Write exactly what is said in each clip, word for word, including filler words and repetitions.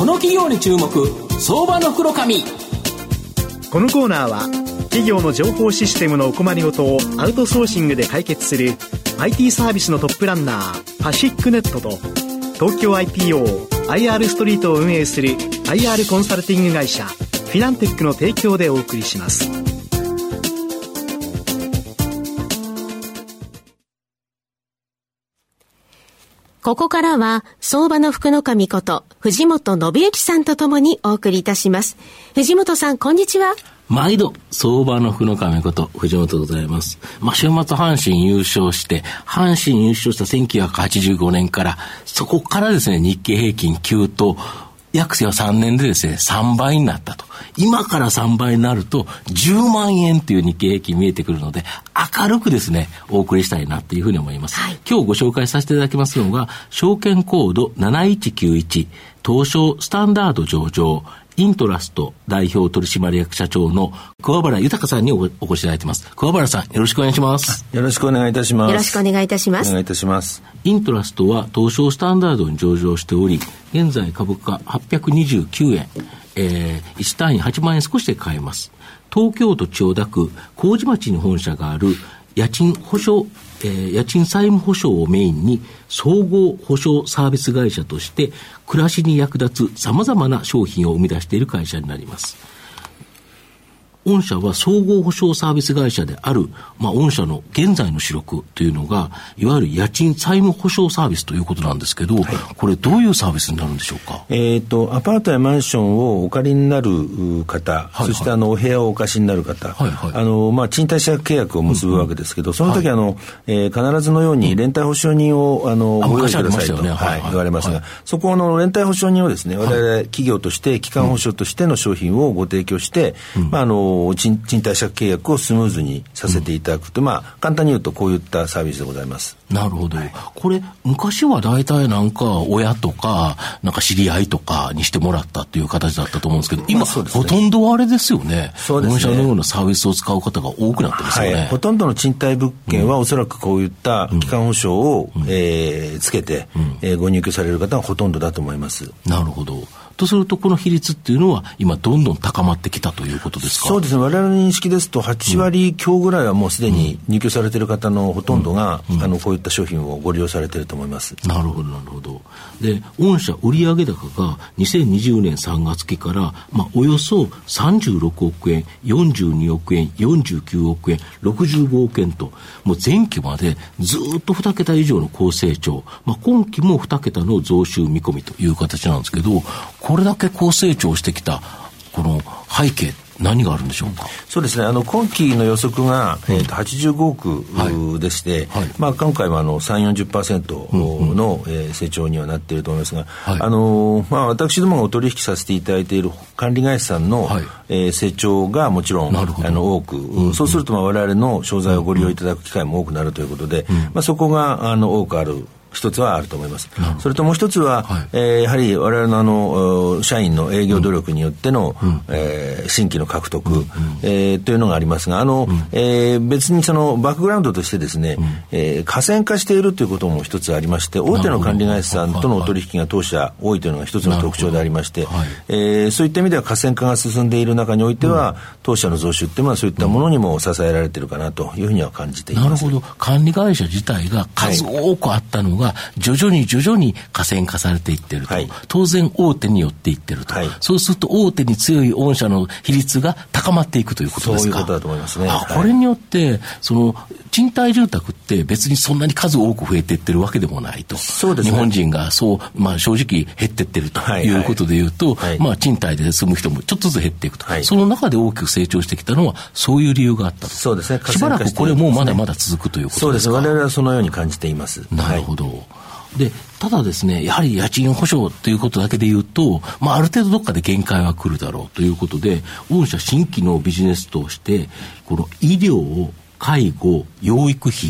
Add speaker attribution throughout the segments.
Speaker 1: この企業に注目、相場の福の神。
Speaker 2: このコーナーは企業の情報システムのお困りごとをアウトソーシングで解決する アイティー サービスのトップランナーパシックネットと、東京 アイピーオー アイアール ストリートを運営する アイアール コンサルティング会社フィナンテックの提供でお送りします。
Speaker 3: ここからは相場の福の神こと藤本信之さんとともにお送りいたします。藤本さん、こんにちは。
Speaker 4: 毎度相場の福の神こと藤本でございます。まあ、週末阪神優勝して、阪神優勝したせんきゅうひゃくはちじゅうごねんから、そこからですね、日経平均急騰、約さんねんでですね、さんばいになったと。今からさんばいになるとじゅうまんえんという日経平均見えてくるので、明るくですね、お送りしたいなというふうに思います。はい、今日ご紹介させていただきますのが、証券コードなないちきゅういち、東証スタンダード上場、イントラスト代表取締役社長の桑原豊さんにお越しいただいています。桑原さん、よろしくお願いします。
Speaker 5: よろしくお願いいたします。
Speaker 3: よろしくお願いいたします。
Speaker 5: お願いいたします。
Speaker 4: イントラストは東証スタンダードに上場しており、現在株価はっぴゃくにじゅうきゅうえん、えー、いち単位はちまんえん少しで買えます。東京都千代田区麹町に本社がある家賃保証、えー、家賃債務保証をメインに総合保証サービス会社として暮らしに役立つ様々な商品を生み出している会社になります。御社は総合保証サービス会社である、まあ、御社の現在の主力というのが、いわゆる家賃債務保証サービスということなんですけど、はい、これどういうサービスになるんでしょうか。
Speaker 5: えーと、アパートやマンションをお借りになる方、はいはい、そしてあのお部屋をお貸しになる方、はいはい、あのまあ、賃貸借契約を結ぶわけですけど、うんうん、その時、はい、あのえー、必ずのように連帯保証人をあのご用意くださいと、ね、はいはい、言われますが、はい、そこの連帯保証人をですね、我々企業として基幹保証としての商品をご提供して、うん、まあ、あの賃賃貸借契約をスムーズにさせていただくと、うん、まあ、簡単に言うとこういったサービスでございます。
Speaker 4: なるほど、はい、これ昔は大体なんか親とかなんか知り合いとかにしてもらったという形だったと思うんですけど、今、まあね、ほとんどあれですよね。そうですね。御社のようなサービスを使う方が多くなってますよね。はい、
Speaker 5: ほとんどの賃貸物件はおそらくこういった基幹保証を、うん、えー、つけて、うんえー、ご入居される方がほとんどだと思います。
Speaker 4: なるほど。とするとこの比率っていうのは今どんどん高まってきたということですか。
Speaker 5: そうですね。我々の認識ですとはちわり強ぐらいはもうすでに入居されている方のほとんどが、うんうん、あのこういった商品をご利用されていると思います。
Speaker 4: なるほどなるほど。で、御社売上高がにせんにじゅうねんさんがつきから、まあ、およそさんじゅうろくおくえん、よんじゅうにおくえん、よんじゅうきゅうおくえん、ろくじゅうごおくえんと、もう前期までずっとにけた以上の高成長、まあ、今期もにけたの増収見込みという形なんですけど、これだけ高成長してきたこの背景、何があるんでしょうか。
Speaker 5: そうですね。あの今期の予測が、うん、えー、とはちじゅうごおくでして、はいはい、まあ、今回はあの さんじゅう、よんじゅっパーセント の、うんうん、えー、成長にはなっていると思いますが、はい、あのまあ、私どもがお取引させていただいている管理会社さんの、はい、えー、成長がもちろんあの多く、うんうん、そうするとまあ我々の商材をご利用いただく機会も多くなるということで、うん、まあ、そこがあの多くある一つはあると思います。それともう一つは、はい、えー、やはり我々のあの社員の営業努力によっての、うん、えー、新規の獲得、うん、えー、というのがありますが、あの、うん、えー、別にそのバックグラウンドとしてですね、うん、えー、河川化しているということも一つありまして、大手の管理会社さんとのお取引が当社多いというのが一つの特徴でありまして、はい、えー、そういった意味では河川化が進んでいる中においては、うん、当社の増収っていうのはそういったものにも支えられているかなというふうには感じています。
Speaker 4: なるほど。管理会社自体が数多くあったのが、はい、徐々に徐々に河川化されていっていると、はい、当然大手によっていっていると、はい、そうすると大手に強い御社の比率が高まっていくということですか。
Speaker 5: そういうことだと思いますね。
Speaker 4: あ、はい、これによってその賃貸住宅って別にそんなに数多く増えていってるわけでもないと。そうですね。日本人がそう、まあ、正直減っていってるということでいうと、はいはい、まあ、賃貸で住む人もちょっとずつ減っていくと、はい、その中で大きく成長してきたのはそういう理由があったと。
Speaker 5: そうですね。
Speaker 4: しばらくこれもまだまだ続くということですか。
Speaker 5: そうです。我々はそのように感じています。
Speaker 4: なるほど。はい、で、ただですね、やはり家賃保証ということだけで言うと、まあ、ある程度どっかで限界は来るだろうということで、御社新規のビジネスとして、この医療、介護、養育費、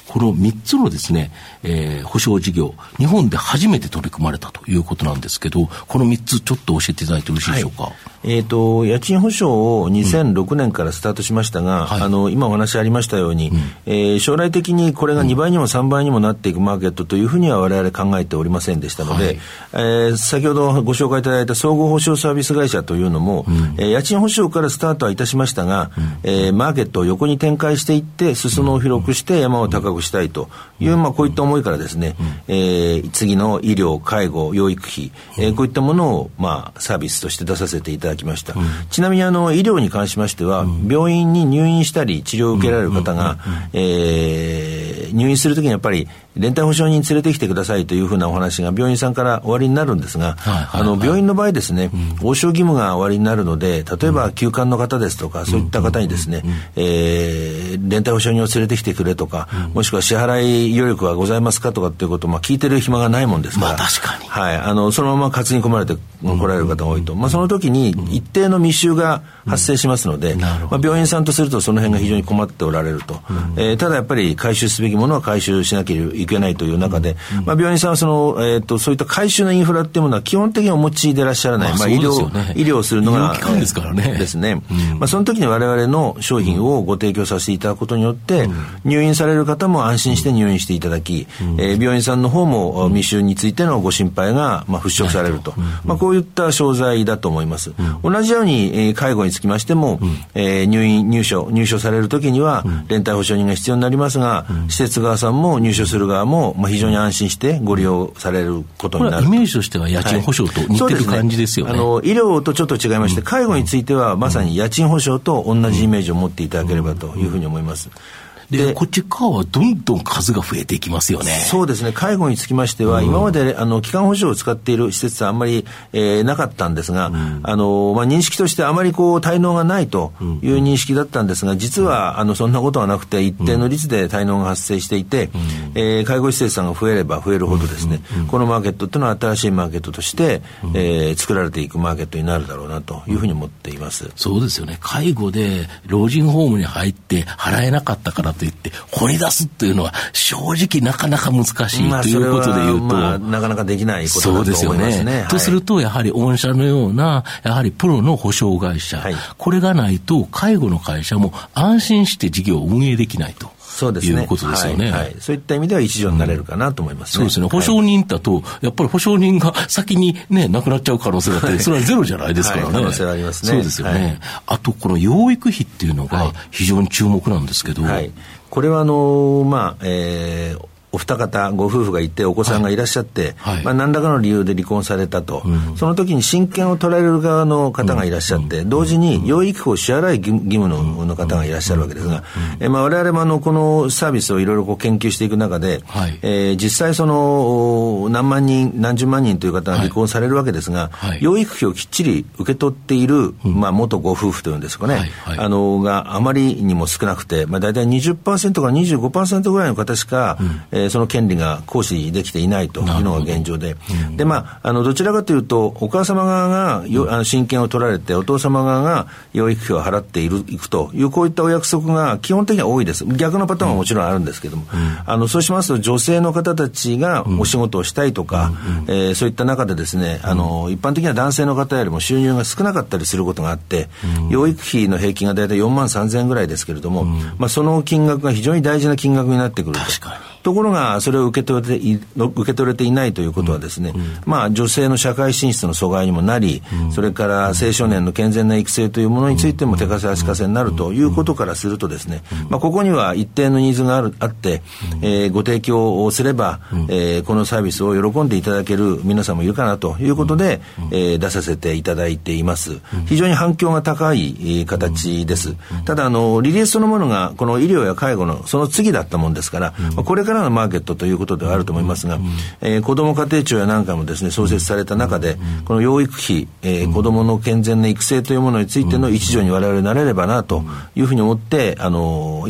Speaker 4: このみっつのですね、えー、保証事業、日本で初めて取り組まれたということなんですけど、このみっつちょっと教えていただいてよろしいでしょうか。はい、
Speaker 5: えーと、家賃保証をにせんろくねんからスタートしましたが、うんはい、あの今お話ありましたように、うんえー、将来的にこれがにばいにもさんばいにもなっていくマーケットというふうには我々考えておりませんでしたので、はいえー、先ほどご紹介いただいた総合保証サービス会社というのも、うんえー、家賃保証からスタートはいたしましたが、うんえー、マーケットを横に展開していって裾野を広くして山を高くしたいという、うんまあ、こういった思いからですね、うんえー、次の医療、介護、養育費、うんえー、こういったものを、まあ、サービスとして出させていただきました。うん、ちなみにあの医療に関しましては、うん、病院に入院したり治療を受けられる方が、えー、入院するときにやっぱり連帯保証人連れてきてくださいというふうなお話が病院さんからおありになるんですが、はいはいはい、あの病院の場合ですね、うん、応召義務がおありになるので、例えば急患の方ですとか、うん、そういった方にですね、うんえー、連帯保証人を連れてきてくれとか、うん、もしくは支払い余力はございますかとかっていうことを、まあ、聞いてる暇がないもんですから、
Speaker 4: まあ、確かに、
Speaker 5: はい、あのそのまま担ぎ込まれて来られる方が多いと、うんまあ、その時に一定の密集が発生しますので、うんまあ、病院さんとするとその辺が非常に困っておられると、うんえー、ただやっぱり回収すべきものは回収しなければいけないという中で、うんまあ、病院さんはその、えー、とそういった回収のインフラっていうものは基本的にお持ちでいらっしゃらない、まあまあ、医療、ね、医療をするのが
Speaker 4: 医療機関ですからね、
Speaker 5: ですね、うんまあ、その時に我々の商品をご提供させていただくことによって、うん、入院される方も安心して入院していただき、うんえー、病院さんの方も密集についてのご心配が、まあ、払拭されると、うんまあ、こういった商材だと思います、うん、同じように、えー、介護につきましても、うんえー、入院入所入所される時には、うん、連帯保証人が必要になりますが、うん、施設側さんも入所する側も、まあ、非常に安心してご利用されることになる。
Speaker 4: これはイメージとしては家賃保証と似てる感じですよね。
Speaker 5: はい、そうですね。あの医療とちょっと違いまして、うん、介護についてはまさに家賃保証と同じイメージを持っていただければというふうに思います。
Speaker 4: で、こっち側はどんどん数が増えていきますよね。
Speaker 5: そうですね。介護につきましては、うん、今まであの基幹保証を使っている施設はあんまり、えー、なかったんですが、うん、あのまあ、認識としてあまりこう滞納がないという認識だったんですが、実はあのそんなことはなくて一定の率で滞納が発生していて、うんえー、介護施設さんが増えれば増えるほどですね、うん、このマーケットっていうのは新しいマーケットとして、うんえー、作られていくマーケットになるだろうなというふうに思っています。
Speaker 4: そうですよね。介護で老人ホームに入って払えなかったからといって掘り出すっていうのは正直なかなか難しい、まあ、ということでいうと、
Speaker 5: まあ、なかなかできないことだと思いますね。そうですよね。
Speaker 4: はい、とするとやはり御社のようなやはりプロの保証会社、はい、これがないと介護の会社も安心して事業を運営できないと。
Speaker 5: そうですね。
Speaker 4: いうことですよね。
Speaker 5: はいはい、そういった意味では一助になれるかなと思いますね。
Speaker 4: うん、そうですね。保証人だと、やっぱり保証人が先にね、亡くなっちゃう可能性があって、それはゼロじゃないですからね。はい、
Speaker 5: 可能性はありますね。
Speaker 4: そうですよね。はい、あと、この養育費っていうのが非常に注目なんですけど。
Speaker 5: はいはい、これはあのー、まあ、えー、お二方ご夫婦がいてお子さんがいらっしゃって、はいはいまあ、何らかの理由で離婚されたと、うん、その時に親権を取られる側の方がいらっしゃって、うん、同時に養育費を支払い義務 の, の方がいらっしゃるわけですが、うんえまあ、我々もあのこのサービスをいろいろこう研究していく中で、はいえー、実際その何万人何十万人という方が離婚されるわけですが、はい、養育費をきっちり受け取っている、うんまあ、元ご夫婦というんですかね、はいはい、あのがあまりにも少なくて、まあ、大体 にじゅっパーセント から にじゅうごパーセント ぐらいの方しか、うんえー、その権利が行使できていないというのが現状で、うん、でまああのどちらかというとお母様側がよ、うん、あの親権を取られてお父様側が養育費を払っているいくというこういったお約束が基本的には多いです。逆のパターンはもちろんあるんですけども、うん、あのそうしますと女性の方たちがお仕事をしたいとか、うんえー、そういった中でですねあの一般的な男性の方よりも収入が少なかったりすることがあって、うん、養育費の平均がだいたいよんまんさんぜんえんぐらいですけれども、うんまあ、その金額が非常に大事な金額になってくると。
Speaker 4: 確かに。
Speaker 5: ところがそれを受け取れてい受け取れていないということはですね、うんうんまあ、女性の社会進出の阻害にもなり、うん、それから青少年の健全な育成というものについても手かせ足かせになるということからするとですね、うんまあ、ここには一定のニーズがあるあって、うんえー、ご提供をすれば、うんえー、このサービスを喜んでいただける皆さんもいるかなということで、うんえー、出させていただいています。非常に反響が高い、えー、形です。ただあのリリースそのものがこの医療や介護のその次だったもんですから、うんまあ、これからのマーケットということではあると思いますが、うんえー、子ども家庭庁やなんかもですね創設された中で、うん、この養育費、えー、子どもの健全な育成というものについての一助に我々なれればなというふうに思って、あのー、今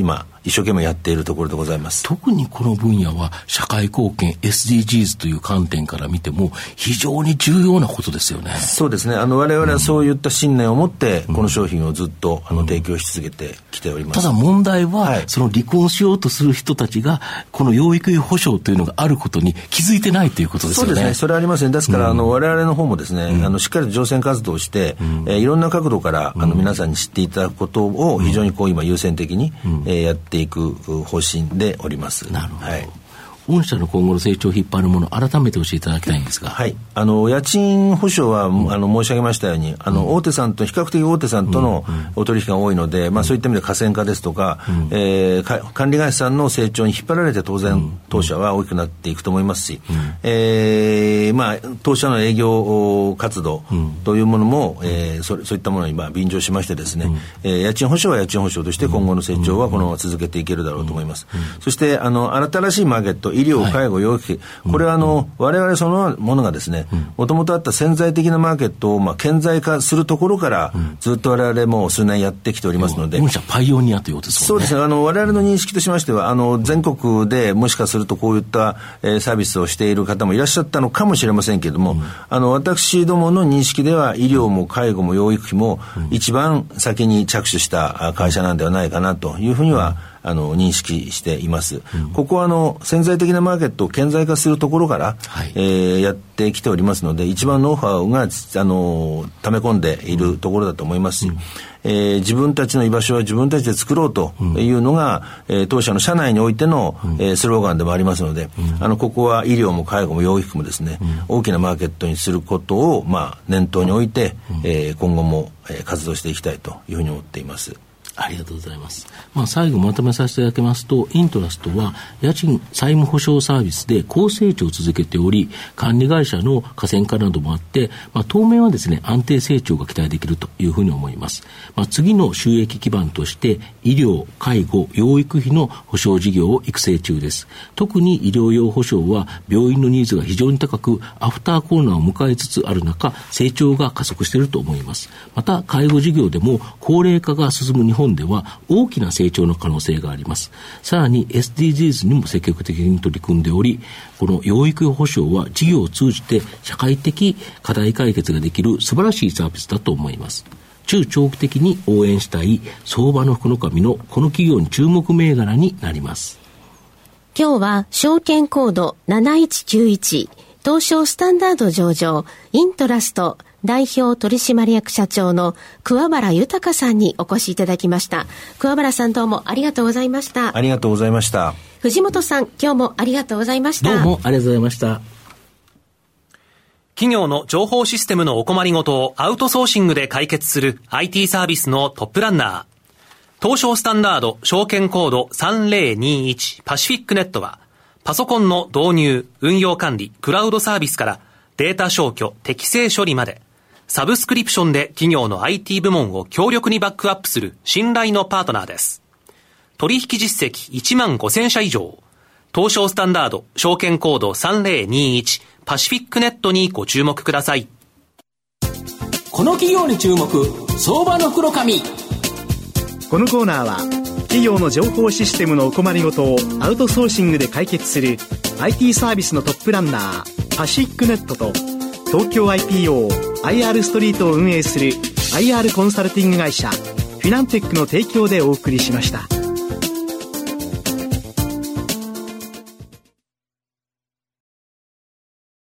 Speaker 5: 一生懸命やっているところでございます。
Speaker 4: 特にこの分野は社会貢献 エスディージーズ という観点から見ても非常に重要なことですよね。
Speaker 5: そうですね。あの我々はそういった信念を持ってこの商品をずっと、うん、あの提供し続けてきております。
Speaker 4: ただ問題は、はい、その離婚しようとする人たちがこの養育費保証というのがあることに気づいてないということですよね。
Speaker 5: そうですね。それありますね。ですから、うん、あの我々の方もですね、うん、あのしっかりと乗船活動をして、うんえー、いろんな角度からあの皆さんに知っていただくことを非常にこう今優先的に、うんえー、やっていく方針でおります。
Speaker 4: なるほど。
Speaker 5: はい、
Speaker 4: 御社の今後の成長を引っ張るもの改めて教えていただきたいんですが、
Speaker 5: はい、あの家賃保証は、うん、あの申し上げましたようにあの、うん、大手さんと比較的大手さんとのお取引が多いので、うんまあ、そういった意味で河川化ですとか、うんえー、管理会社さんの成長に引っ張られて当然、うん、当社は大きくなっていくと思いますし、うんえーまあ、当社の営業活動というものも、うんえー、そ, そういったものにまあ便乗しましてですね、うんえー、家賃保証は家賃保証として今後の成長はこのまま続けていけるだろうと思います、うんうん、そしてあの新しいマーケット医療介護養育費、はい、これはあの、うん、我々そのものがですねもともとあった潜在的なマーケットをまあ顕在化するところから、うん、ずっと我々も数年やってきておりますので、
Speaker 4: 御社パイオニアということですもんね。
Speaker 5: そうですね。あの我々の認識としましてはあの全国でもしかするとこういった、えー、サービスをしている方もいらっしゃったのかもしれませんけれども、うん、あの私どもの認識では医療も介護も養育費も一番先に着手した会社なんではないかなというふうには、うんあの認識しています、うん、ここはあの潜在的なマーケットを顕在化するところから、はいえー、やってきておりますので一番ノウハウがあの溜め込んでいるところだと思いますし、うんえー、自分たちの居場所は自分たちで作ろうというのが、うんえー、当社の社内においての、うんえー、スローガンでもありますので、うん、あのここは医療も介護も養育もですね、うん、大きなマーケットにすることを、まあ、念頭に置いて、うんえー、今後も、えー、活動していきたいというふうに思っています。
Speaker 4: ありがとうございます。まあ、最後まとめさせていただきますと、イントラストは家賃債務保証サービスで高成長を続けており、管理会社の河川化などもあって、まあ、当面はですね、安定成長が期待できるというふうに思います。まあ、次の収益基盤として、医療、介護、養育費の保証事業を育成中です。特に医療用保証は病院のニーズが非常に高く、アフターコロナを迎えつつある中、成長が加速していると思います。また、介護事業でも高齢化が進む日本では大きな成長の可能性があります。さらに エスディージーズ にも積極的に取り組んでおり、この養育保障は事業を通じて社会的課題解決ができる素晴らしいサービスだと思います。中長期的に応援したい相場の福の神のこの企業に注目銘柄になります。
Speaker 3: 今日は証券コードなないちきゅういち東証スタンダード上場イントラスト代表取締役社長の桑原豊さんにお越しいただきました。桑原さんどうもありがとうございました。
Speaker 5: ありがとうございました。
Speaker 3: 藤本さん今日もありがとうございました。
Speaker 4: どうもありがとうございました。
Speaker 1: 企業の情報システムのお困りごとをアウトソーシングで解決する アイティー サービスのトップランナー。東証スタンダード証券コードさんぜろにいちパシフィックネットはパソコンの導入、運用管理、クラウドサービスからデータ消去、適正処理までサブスクリプションで企業の アイティー 部門を強力にバックアップする信頼のパートナーです。取引実績いちまんごせんしゃ以上。東証スタンダード証券コードさんぜろにいちパシフィックネットにご注目ください。
Speaker 6: この企業に注目、相場の袋紙。
Speaker 2: このコーナーは企業の情報システムのお困りごとをアウトソーシングで解決する アイティー サービスのトップランナーパシフィックネットと東京 アイピーオー アイアール ストリートを運営する アイアール コンサルティング会社フィナンテックの提供でお送りしました。